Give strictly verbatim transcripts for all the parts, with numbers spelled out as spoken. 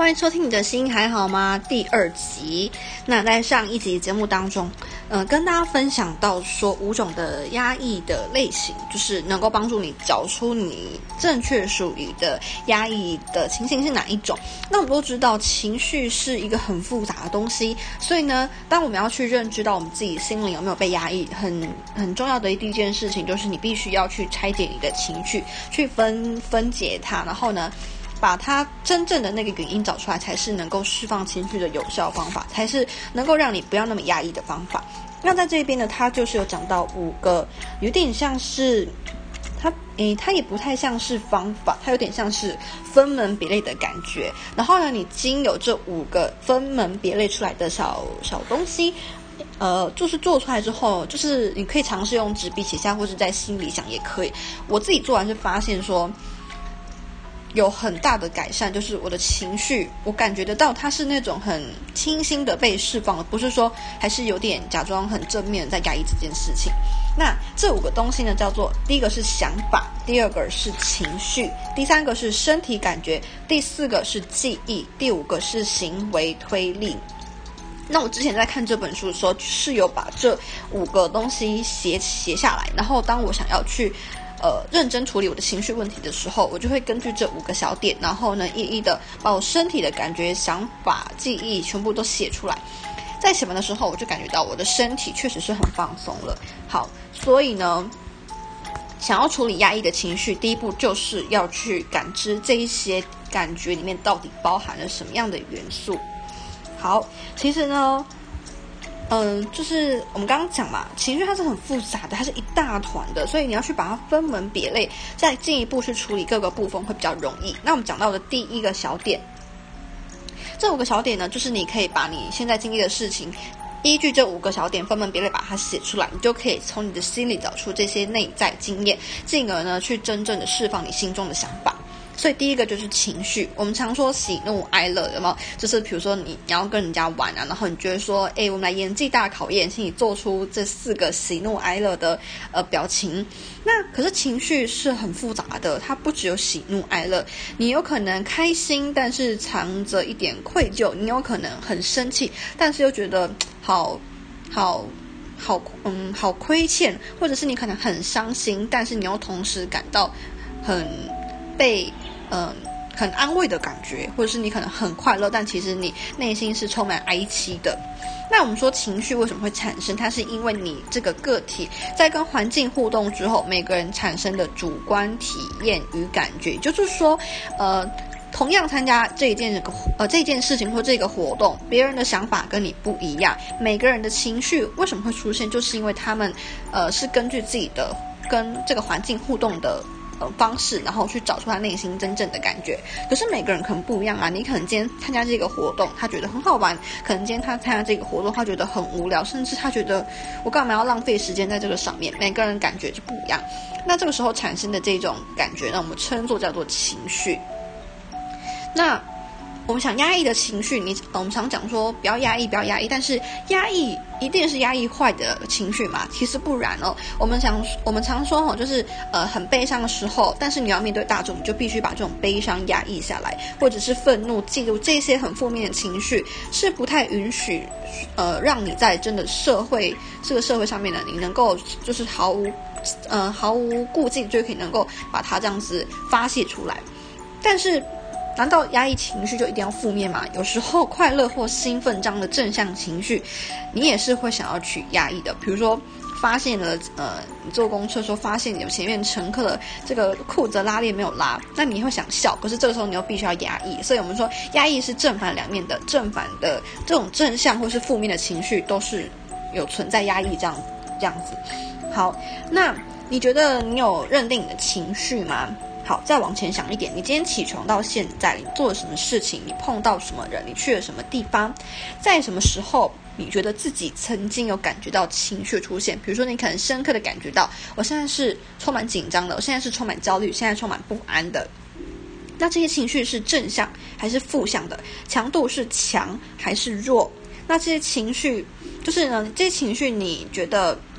欢迎收听你的心还好吗？第二集。那在上一集节目当中，呃，跟大家分享到说五种的压抑的类型，就是能够帮助你找出你正确属于的压抑的情形是哪一种。那我们都知道情绪是一个很复杂的东西，所以呢，当我们要去认知到我们自己心里有没有被压抑，很很重要的第一件事情就是你必须要去拆解你的情绪，去分分解它，然后呢把它真正的那个原因找出来，才是能够释放情绪的有效方法，才是能够让你不要那么压抑的方法。那在这边呢，它就是有讲到五个，有点像是它诶，它也不太像是方法，它有点像是分门别类的感觉。然后呢，你经有这五个分门别类出来的小小东西，呃，就是做出来之后，就是你可以尝试用纸笔写下，或是在心里想也可以。我自己做完就发现说，有很大的改善，就是我的情绪，我感觉得到它是那种很清新的被释放了，不是说还是有点假装很正面在压抑这件事情。那这五个东西呢，叫做第一个是想法，第二个是情绪，第三个是身体感觉，第四个是记忆，第五个是行为推力。那我之前在看这本书的时候，是有把这五个东西写写下来，然后当我想要去呃，认真处理我的情绪问题的时候，我就会根据这五个小点，然后呢，一一的把我身体的感觉、想法、记忆全部都写出来。在写完的时候，我就感觉到我的身体确实是很放松了。好，所以呢，想要处理压抑的情绪，第一步就是要去感知这一些感觉里面到底包含了什么样的元素。好，其实呢，嗯、呃，就是我们刚刚讲嘛，情绪它是很复杂的，它是一大团的，所以你要去把它分门别类，再进一步去处理各个部分会比较容易。那我们讲到的第一个小点，这五个小点呢，就是你可以把你现在经历的事情，依据这五个小点分门别类把它写出来，你就可以从你的心里找出这些内在经验，进而呢去真正的释放你心中的想法。所以第一个就是情绪，我们常说喜怒哀乐，有没有？就是比如说你你要跟人家玩啊，然后你觉得说，哎，我们来演技大考验，请你做出这四个喜怒哀乐的呃表情。那可是情绪是很复杂的，它不只有喜怒哀乐，你有可能开心，但是藏着一点愧疚；你有可能很生气，但是又觉得好好好嗯好亏欠，或者是你可能很伤心，但是你又同时感到很被嗯、呃，很安慰的感觉，或者是你可能很快乐，但其实你内心是充满哀戚的。那我们说情绪为什么会产生？它是因为你这个个体在跟环境互动之后，每个人产生的主观体验与感觉，就是说，呃，同样参加这一件呃这件事情或这个活动，别人的想法跟你不一样，每个人的情绪为什么会出现？就是因为他们呃是根据自己的跟这个环境互动的方式，然后去找出他内心真正的感觉。可是每个人可能不一样啊，你可能今天参加这个活动他觉得很好玩，可能今天他参加这个活动他觉得很无聊，甚至他觉得我干嘛要浪费时间在这个上面，每个人感觉就不一样。那这个时候产生的这种感觉呢，我们称作叫做情绪。那我们想压抑的情绪，你我们常讲说不要压抑不要压抑，但是压抑一定是压抑坏的情绪嘛？其实不然哦。我们想我们常说哦，就是呃很悲伤的时候，但是你要面对大众，你就必须把这种悲伤压抑下来，或者是愤怒、嫉妒这些很负面的情绪，是不太允许呃让你在真的社会这个社会上面呢，你能够就是毫无呃毫无顾忌就可以能够把它这样子发泄出来。但是难道压抑情绪就一定要负面吗？有时候快乐或兴奋这样的正向情绪，你也是会想要去压抑的。比如说，发现了呃，你坐公车的时候发现有前面乘客的这个裤子拉链没有拉，那你会想笑，可是这个时候你又必须要压抑。所以我们说，压抑是正反两面的，正反的这种正向或是负面的情绪都是有存在压抑这样这样子。好，那你觉得你有认定你的情绪吗？好，再往前想一点，你今天起床到现在，你做了什么事情？你碰到什么人？你去了什么地方？在什么时候你觉得自己曾经有感觉到情绪出现？比如说你可能深刻的感觉到我现在是充满紧张的，我现在是充满焦虑，现在充满不安的。那这些情绪是正向还是负向的？强度是强还是弱？那这些情绪就是呢，这些情绪你觉得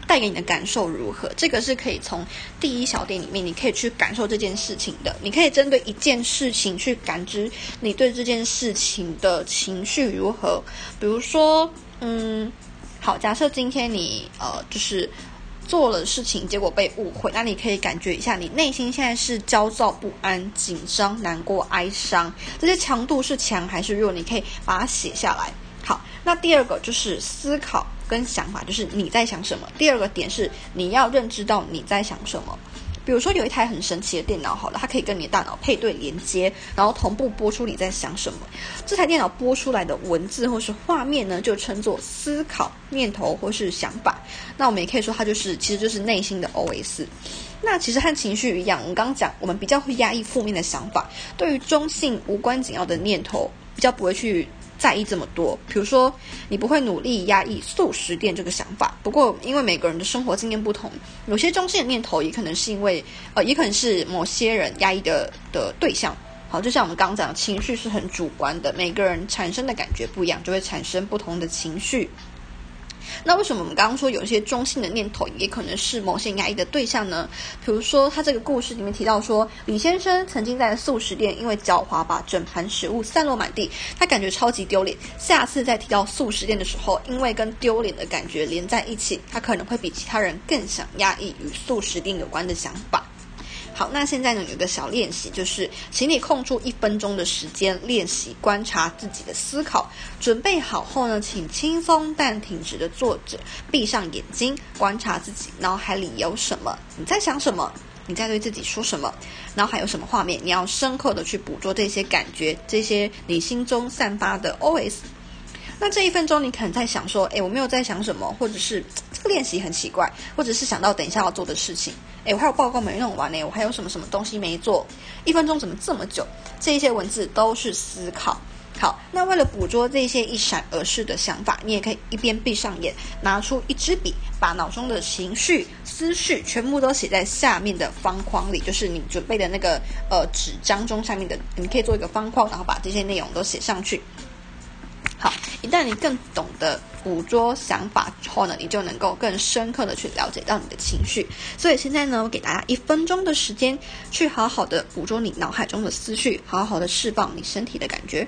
带给你的感受如何？这个是可以从第一小点里面，你可以去感受这件事情的。你可以针对一件事情去感知你对这件事情的情绪如何。比如说，嗯，好，假设今天你呃就是做了事情，结果被误会，那你可以感觉一下，你内心现在是焦躁不安、紧张、难过、哀伤，这些强度是强还是弱？你可以把它写下来。好，那第二个就是思考跟想法，就是你在想什么。第二个点是你要认知到你在想什么。比如说有一台很神奇的电脑好了，它可以跟你的大脑配对连接，然后同步播出你在想什么。这台电脑播出来的文字或是画面呢，就称作思考、念头或是想法。那我们也可以说它就是其实就是内心的 O S。 那其实和情绪一样，我们刚刚讲我们比较会压抑负面的想法，对于中性无关紧要的念头比较不会去在意这么多。比如说你不会努力压抑速食店这个想法，不过因为每个人的生活经验不同，有些中性的念头也可能是因为呃，也可能是某些人压抑的的对象。好，就像我们刚刚讲的，情绪是很主观的，每个人产生的感觉不一样，就会产生不同的情绪。那为什么我们刚刚说有一些中性的念头也可能是某些压抑的对象呢？比如说他这个故事里面提到说，李先生曾经在素食店因为狡猾把整盘食物散落满地，他感觉超级丢脸。下次再提到素食店的时候，因为跟丢脸的感觉连在一起，他可能会比其他人更想压抑与素食店有关的想法。好，那现在呢有个小练习，就是请你空出一分钟的时间练习观察自己的思考。准备好后呢，请轻松但挺直的坐着，闭上眼睛，观察自己脑海里有什么，你在想什么，你在对自己说什么，脑海有什么画面，你要深刻的去捕捉这些感觉，这些你心中散发的 O S。那这一分钟你可能在想说，诶，我没有在想什么，或者是这个练习很奇怪，或者是想到等一下要做的事情，诶，我还有报告没弄完呢，我还有什么什么东西没做，一分钟怎么这么久？这些文字都是思考。好，那为了捕捉这些一闪而逝的想法，你也可以一边闭上眼，拿出一支笔，把脑中的情绪、思绪全部都写在下面的方框里，就是你准备的那个呃纸张中下面的，你可以做一个方框，然后把这些内容都写上去。好，一旦你更懂得捕捉想法之后呢，你就能够更深刻的去了解到你的情绪。所以现在呢，我给大家一分钟的时间，去好好的捕捉你脑海中的思绪，好好的释放你身体的感觉。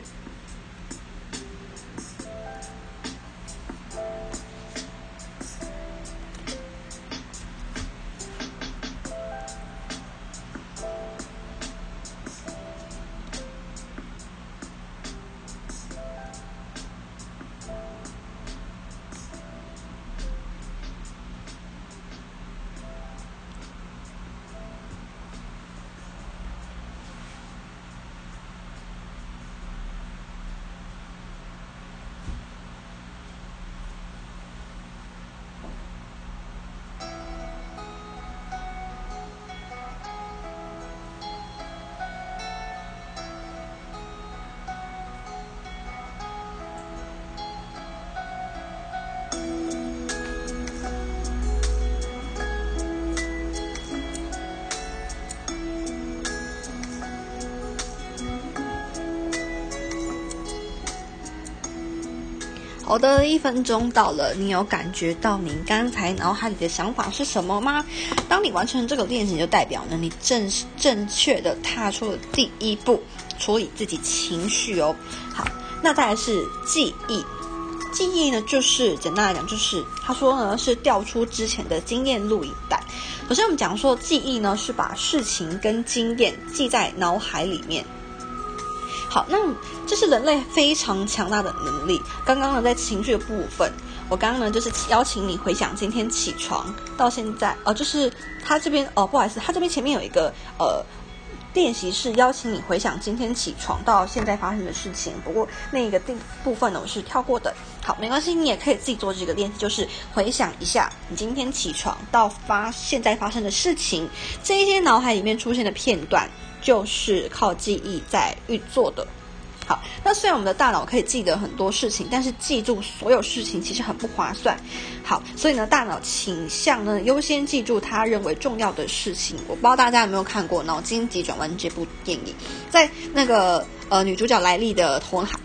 好的，一分钟到了，你有感觉到你刚才脑海里的想法是什么吗？当你完成这个练习，就代表呢，你正正确的踏出了第一步，处理自己情绪哦。好，那再来是记忆。记忆呢，就是简单来讲，就是他说呢是调出之前的经验录影带。首先我们讲说，记忆呢是把事情跟经验记在脑海里面。好，那这是人类非常强大的能力。刚刚呢，在情绪的部分，我刚刚呢就是邀请你回想今天起床到现在，呃，就是他这边，哦，不好意思，他这边前面有一个呃练习是邀请你回想今天起床到现在发生的事情，不过那个部分呢我是跳过的。好，没关系，你也可以自己做这个练习，就是回想一下你今天起床到发现在发生的事情，这一些脑海里面出现的片段，就是靠记忆在运作的。好，那虽然我们的大脑可以记得很多事情，但是记住所有事情其实很不划算。好，所以呢，大脑倾向呢优先记住他认为重要的事情。我不知道大家有没有看过《脑筋急转弯》这部电影，在那个呃女主角莱莉的头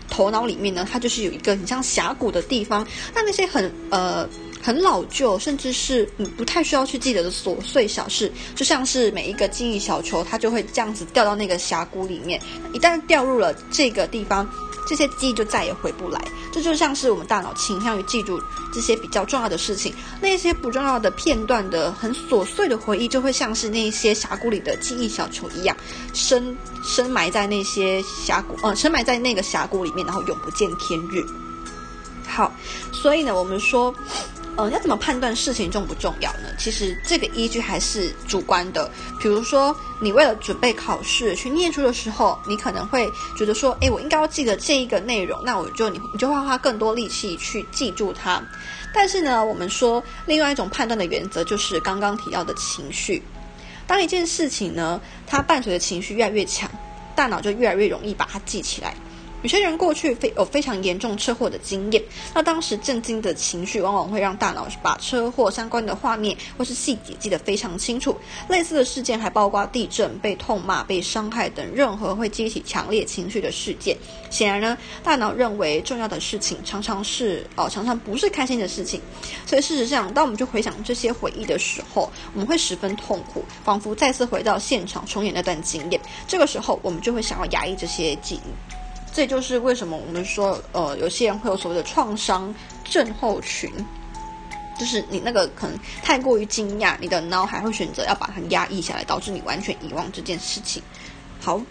头脑里面呢，它就是有一个很像峡谷的地方，那那些很呃很老旧，甚至是你不太需要去记得的琐碎小事，就像是每一个记忆小球，它就会这样子掉到那个峡谷里面，一旦掉入了这个地方，这些记忆就再也回不来。这就像是我们大脑倾向于记住这些比较重要的事情，那些不重要的片段的很琐碎的回忆，就会像是那些峡谷里的记忆小球一样，深深埋在那些峡谷，呃，深埋在那个峡谷里面，然后永不见天日。好，所以呢，我们说呃，要怎么判断事情重不重要呢？其实这个依据还是主观的。比如说，你为了准备考试去念书的时候，你可能会觉得说，诶，我应该要记得这一个内容，那我就你你就会花更多力气去记住它。但是呢，我们说另外一种判断的原则就是刚刚提到的情绪。当一件事情呢，它伴随的情绪越来越强，大脑就越来越容易把它记起来。有些人过去非有非常严重车祸的经验，那当时震惊的情绪往往会让大脑把车祸相关的画面或是细节记得非常清楚。类似的事件还包括地震、被痛骂、被伤害等任何会激起强烈情绪的事件。显然呢，大脑认为重要的事情常常是呃常常不是开心的事情，所以事实上，当我们去回想这些回忆的时候，我们会十分痛苦，仿佛再次回到现场重演那段经验。这个时候，我们就会想要压抑这些记忆。这就是为什么我们说，呃，有些人会有所谓的创伤症候群，就是你那个可能太过于惊讶，你的脑海会选择要把它压抑下来，导致你完全遗忘这件事情。好，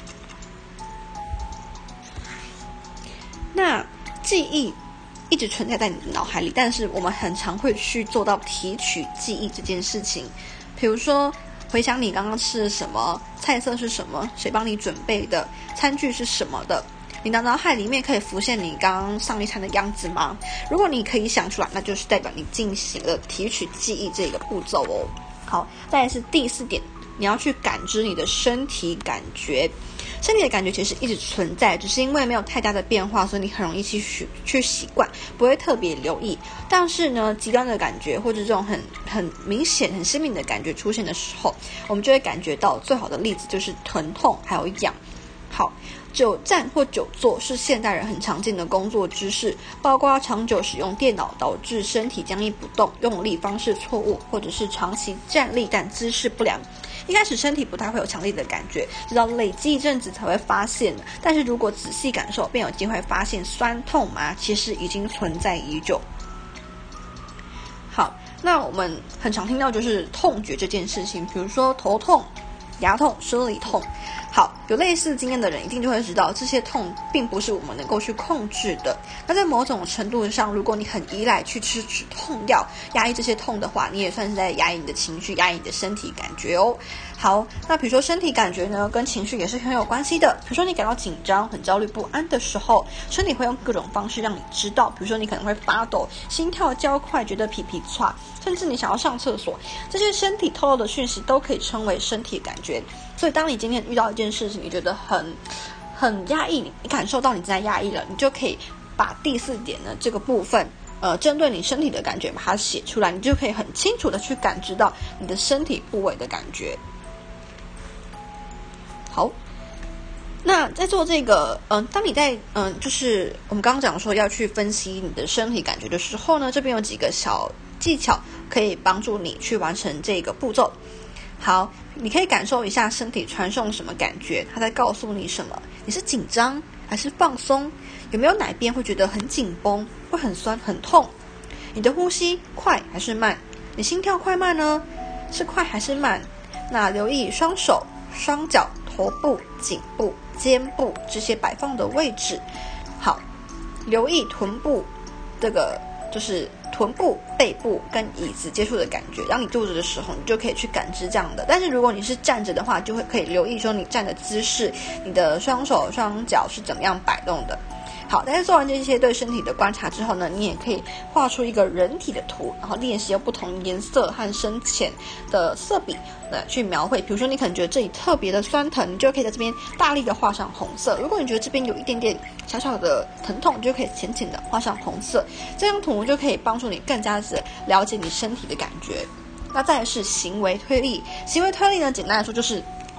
那记忆一直存在在你的脑海里，但是我们很常会去做到提取记忆这件事情，比如说回想你刚刚吃了什么，菜色是什么，谁帮你准备的，餐具是什么的，你的脑海里面可以浮现你刚刚上一餐的样子吗？如果你可以想出来，那就是代表你进行了提取记忆这个步骤哦。好，再来是第四点，你要去感知你的身体感觉。身体的感觉其实一直存在，只是因为没有太大的变化，所以你很容易去去习惯，不会特别留意。但是呢，极端的感觉或者这种很很明显、很鲜明的感觉出现的时候，我们就会感觉到。最好的例子就是疼痛还有痒。好，久站或久坐是现代人很常见的工作姿势，包括长久使用电脑导致身体僵硬不动、用力方式错误，或者是长期站立但姿势不良。一开始身体不太会有强烈的感觉，直到累积一阵子才会发现的。但是如果仔细感受，便有机会发现酸痛麻其实已经存在已久。好，那我们很常听到就是痛觉这件事情，比如说头痛、牙痛、生理痛。好，有类似经验的人一定就会知道，这些痛并不是我们能够去控制的。那在某种程度上，如果你很依赖去吃止痛药压抑这些痛的话，你也算是在压抑你的情绪，压抑你的身体感觉哦。好，那比如说身体感觉呢，跟情绪也是很有关系的。比如说你感到紧张、很焦虑不安的时候，身体会用各种方式让你知道，比如说你可能会发抖、心跳加快、觉得皮皮剉，甚至你想要上厕所，这些身体透露的讯息都可以称为身体感觉。所以当你今天遇到一件事情，你觉得很很压抑，你感受到你正在压抑了，你就可以把第四点呢这个部分呃，针对你身体的感觉把它写出来，你就可以很清楚的去感知到你的身体部位的感觉。好，那在做这个嗯、呃，当你在嗯、呃，就是我们刚刚讲说要去分析你的身体感觉的时候呢，这边有几个小技巧可以帮助你去完成这个步骤。好，你可以感受一下身体传送什么感觉，它在告诉你什么。你是紧张还是放松？有没有哪边会觉得很紧绷，会很酸很痛？你的呼吸快还是慢？你心跳快慢呢？是快还是慢？那留意双手、双脚、头部、颈部、肩部这些摆放的位置。好，留意臀部，这个就是臀部、背部跟椅子接触的感觉。当你坐着的时候，你就可以去感知这样的。但是如果你是站着的话，就会可以留意说你站的姿势，你的双手、双脚是怎么样摆动的。好，但是做完这些对身体的观察之后呢，你也可以画出一个人体的图，然后练习用不同颜色和深浅的色笔来去描绘。比如说你可能觉得这里特别的酸疼，你就可以在这边大力的画上红色。如果你觉得这边有一点点小小的疼痛，你就可以浅浅的画上红色。这张图就可以帮助你更加的了解你身体的感觉。那再来是行为推力，行为推力呢，简单来说就是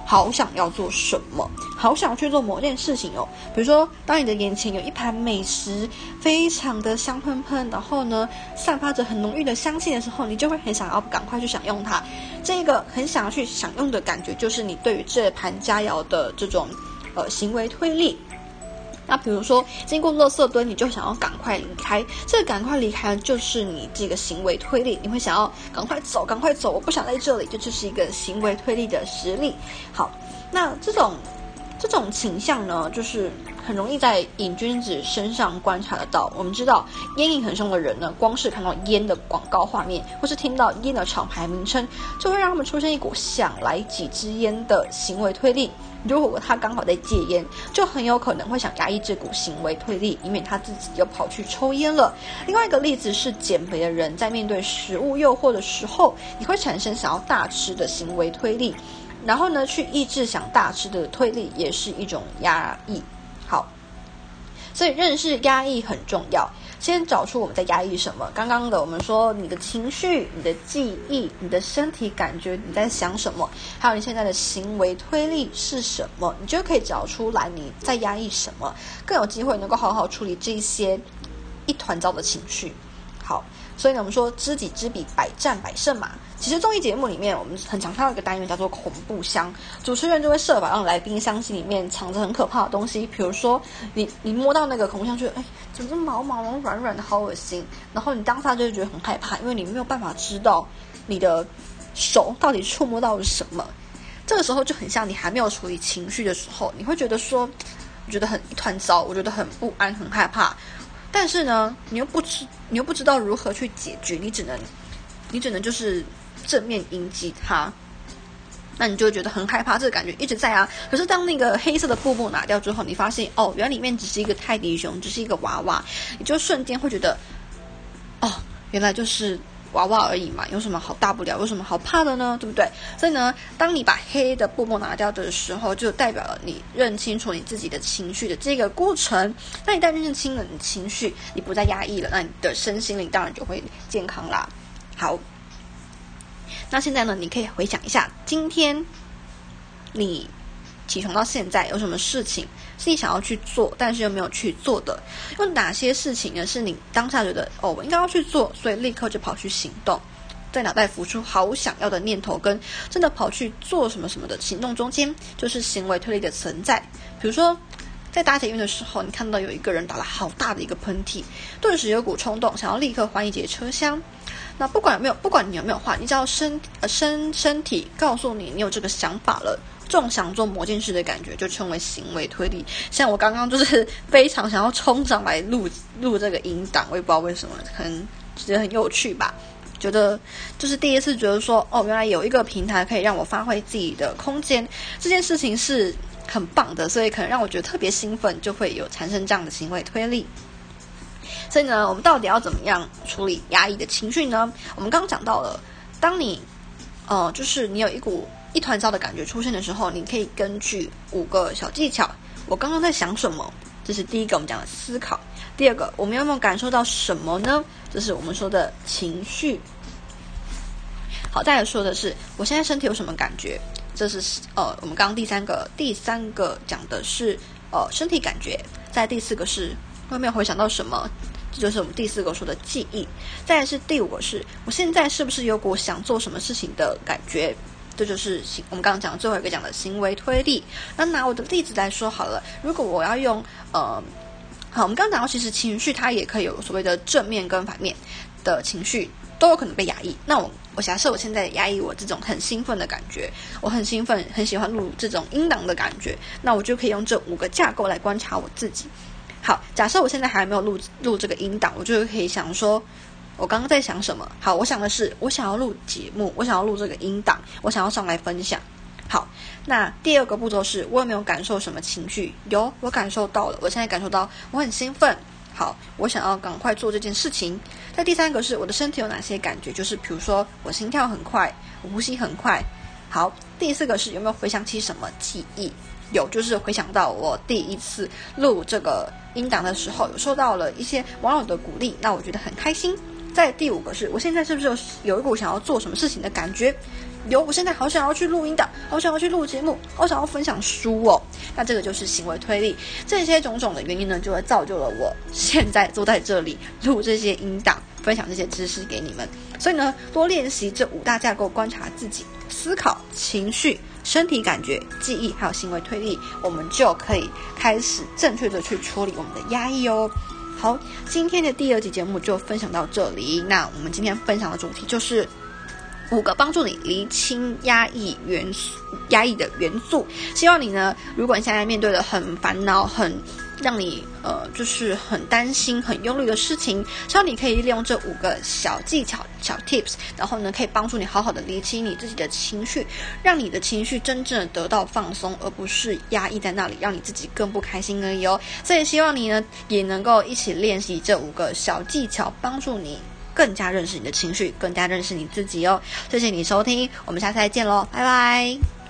好想要做什么，好想去做某件事情哦。比如说，当你的眼前有一盘美食，非常的香喷喷，然后呢，散发着很浓郁的香气的时候，你就会很想要赶快去享用它。这个很想要去享用的感觉，就是你对于这盘佳肴的这种呃行为推力。那比如说经过垃圾堆，你就想要赶快离开，这个赶快离开就是你这个行为推力，你会想要赶快走赶快走，我不想在这里，这就是一个行为推力的实力。好，那这种这种倾向呢，就是很容易在瘾君子身上观察得到。我们知道烟瘾很凶的人呢，光是看到烟的广告画面，或是听到烟的厂牌名称，就会让他们出现一股想来几支烟的行为推力。如果他刚好在戒烟，就很有可能会想压抑这股行为推力，以免他自己又跑去抽烟了。另外一个例子是，减肥的人在面对食物诱惑的时候，也会产生想要大吃的行为推力，然后呢，去抑制想大吃的推力，也是一种压抑。好，所以认识压抑很重要。先找出我们在压抑什么。刚刚的我们说你的情绪、你的记忆、你的身体感觉，你在想什么，还有你现在的行为推力是什么，你就可以找出来你在压抑什么，更有机会能够好好处理这些一团糟的情绪。好，所以呢，我们说知己知彼，百战百胜嘛。其实综艺节目里面，我们很常看到一个单元叫做恐怖箱，主持人就会设法让来宾相信里面藏着很可怕的东西，比如说你你摸到那个恐怖箱，觉得哎，怎么这毛毛软软的，好恶心，然后你当下就会觉得很害怕，因为你没有办法知道你的手到底触摸到了什么。这个时候就很像你还没有处理情绪的时候，你会觉得说，我觉得很一团糟，我觉得很不安，很害怕。但是呢，你又不知你又不知道如何去解决，你只能你只能就是正面迎击它，那你就会觉得很害怕，这个感觉一直在啊。可是当那个黑色的布幕拿掉之后，你发现哦，原来里面只是一个泰迪熊，只是一个娃娃，你就瞬间会觉得，哦，原来就是娃娃而已嘛，有什么好大不了，有什么好怕的呢？对不对？所以呢，当你把黑的布幕拿掉的时候，就代表了你认清楚你自己的情绪的这个过程。那一旦认清了你的情绪，你不再压抑了，那你的身心灵当然就会健康啦。好，那现在呢，你可以回想一下，今天你起床到现在有什么事情是你想要去做，但是又没有去做的？有哪些事情呢是你当下觉得哦，我应该要去做，所以立刻就跑去行动，在脑袋浮出好想要的念头跟真的跑去做什么什么的行动中间，就是行为推力的存在。比如说在搭捷运的时候，你看到有一个人打了好大的一个喷嚏，顿时有股冲动想要立刻换一节车厢。那不管有没有，不管你有没有换，你只要身呃身身体告诉你你有这个想法了，这种想做某件事的感觉就称为行为推力。像我刚刚就是非常想要冲上来录录这个音档，我也不知道为什么，可能觉得很有趣吧。觉得就是第一次觉得说，哦，原来有一个平台可以让我发挥自己的空间，这件事情是很棒的，所以可能让我觉得特别兴奋，就会有产生这样的行为推力。所以呢，我们到底要怎么样处理压抑的情绪呢？我们刚刚讲到了，当你呃，就是你有一股一团糟的感觉出现的时候，你可以根据五个小技巧。我刚刚在想什么？这是第一个我们讲的思考。第二个，我们有没有感受到什么呢？这是我们说的情绪。好，再来说的是我现在身体有什么感觉？这是呃，我们刚刚第三个，第三个讲的是呃身体感觉。再第四个是我有没有回想到什么？这就是我们第四个说的记忆。再来是第五个是我现在是不是有股想做什么事情的感觉？这就是我们刚刚讲的最后一个讲的行为推力。那拿我的例子来说好了，如果我要用呃，好，我们刚刚讲到其实情绪它也可以有所谓的正面跟反面的情绪，都有可能被压抑。那我我假设我现在压抑我这种很兴奋的感觉，我很兴奋很喜欢录这种音档的感觉，那我就可以用这五个架构来观察我自己。好，假设我现在还没有录录这个音档，我就可以想说我刚刚在想什么。好，我想的是我想要录节目，我想要录这个音档，我想要上来分享。好，那第二个步骤是我有没有感受什么情绪？有，我感受到了，我现在感受到我很兴奋。好，我想要赶快做这件事情。再第三个是我的身体有哪些感觉？就是比如说我心跳很快，我呼吸很快。好，第四个是有没有回想起什么记忆？有，就是回想到我第一次录这个音档的时候，有受到了一些网友的鼓励，那我觉得很开心。再第五个是我现在是不是有有一股想要做什么事情的感觉？ 有我现在好想要去录音的，好想要去录节目，好想要分享书哦。那这个就是行为推力，这些种种的原因呢，就会造就了我现在坐在这里录这些音档，分享这些知识给你们。所以呢，多练习这五大架构，观察自己、思考、情绪、身体感觉、记忆还有行为推力，我们就可以开始正确的去处理我们的压抑哦。好，今天的第二集节目就分享到这里。那我们今天分享的主题就是五个帮助你厘清压抑元素、压抑的元素。希望你呢，如果你现在面对的很烦恼、很让你呃就是很担心、很忧虑的事情，希望你可以利用这五个小技巧、小 tips， 然后呢，可以帮助你好好的厘清你自己的情绪，让你的情绪真正的得到放松，而不是压抑在那里，让你自己更不开心而已哦。所以希望你呢，也能够一起练习这五个小技巧，帮助你更加认识你的情绪，更加认识你自己哦。谢谢你收听，我们下次再见咯，拜拜。